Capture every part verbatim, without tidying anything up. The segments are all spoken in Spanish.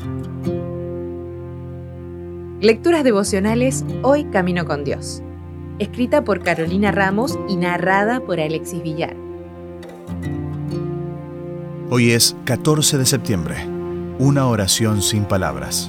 Lecturas devocionales Hoy Camino con Dios. Escrita por Carolina Ramos y narrada por Alexis Villar. Hoy es catorce de septiembre, una oración sin palabras.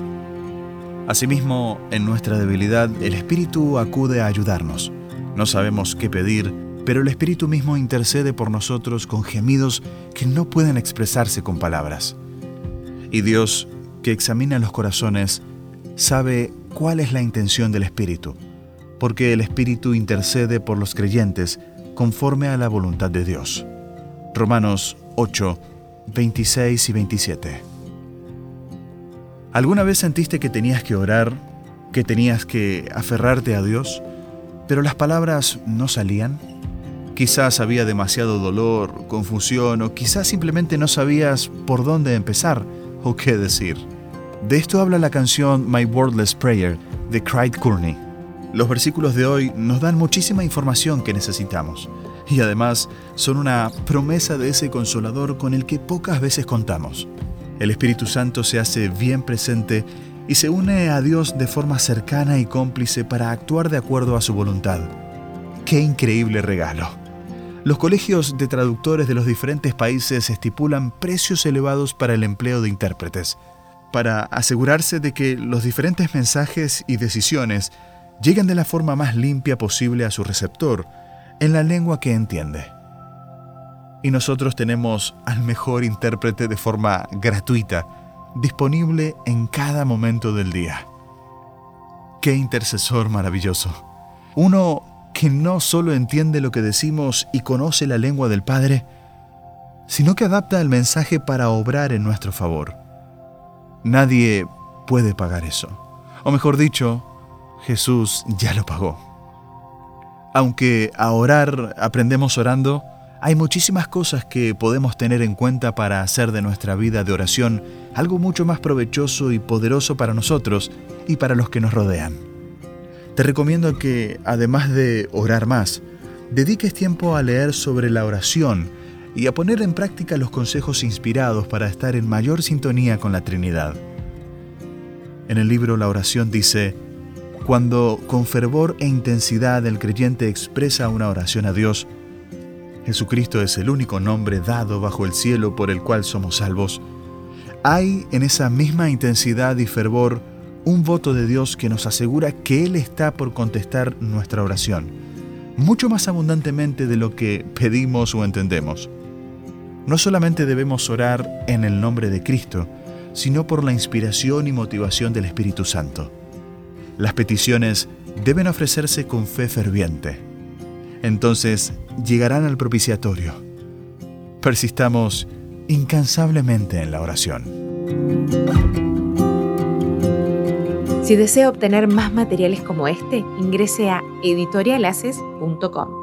Asimismo, en nuestra debilidad, el Espíritu acude a ayudarnos. No sabemos qué pedir, pero el Espíritu mismo intercede por nosotros con gemidos que no pueden expresarse con palabras. Y Dios, que examina los corazones, sabe cuál es la intención del Espíritu, porque el Espíritu intercede por los creyentes conforme a la voluntad de Dios. Romanos ocho, veintiséis y veintisiete. ¿Alguna vez sentiste que tenías que orar, que tenías que aferrarte a Dios, pero las palabras no salían? Quizás había demasiado dolor, confusión, o quizás simplemente no sabías por dónde empezar o qué decir. De esto habla la canción My Wordless Prayer de Craig Courtney. Los versículos de hoy nos dan muchísima información que necesitamos y además son una promesa de ese Consolador con el que pocas veces contamos. El Espíritu Santo se hace bien presente y se une a Dios de forma cercana y cómplice para actuar de acuerdo a su voluntad. ¡Qué increíble regalo! Los colegios de traductores de los diferentes países estipulan precios elevados para el empleo de intérpretes, para asegurarse de que los diferentes mensajes y decisiones lleguen de la forma más limpia posible a su receptor, en la lengua que entiende. Y nosotros tenemos al mejor intérprete de forma gratuita, disponible en cada momento del día. ¡Qué intercesor maravilloso! Uno que no solo entiende lo que decimos y conoce la lengua del Padre, sino que adapta el mensaje para obrar en nuestro favor. Nadie puede pagar eso. O mejor dicho, Jesús ya lo pagó. Aunque a orar aprendemos orando, hay muchísimas cosas que podemos tener en cuenta para hacer de nuestra vida de oración algo mucho más provechoso y poderoso para nosotros y para los que nos rodean. Te recomiendo que, además de orar más, dediques tiempo a leer sobre la oración y a poner en práctica los consejos inspirados para estar en mayor sintonía con la Trinidad. En el libro La Oración dice: cuando con fervor e intensidad el creyente expresa una oración a Dios, Jesucristo es el único nombre dado bajo el cielo por el cual somos salvos. Hay en esa misma intensidad y fervor un voto de Dios que nos asegura que Él está por contestar nuestra oración, mucho más abundantemente de lo que pedimos o entendemos. No solamente debemos orar en el nombre de Cristo, sino por la inspiración y motivación del Espíritu Santo. Las peticiones deben ofrecerse con fe ferviente. Entonces llegarán al propiciatorio. Persistamos incansablemente en la oración. Si desea obtener más materiales como este, ingrese a editorialaces punto com.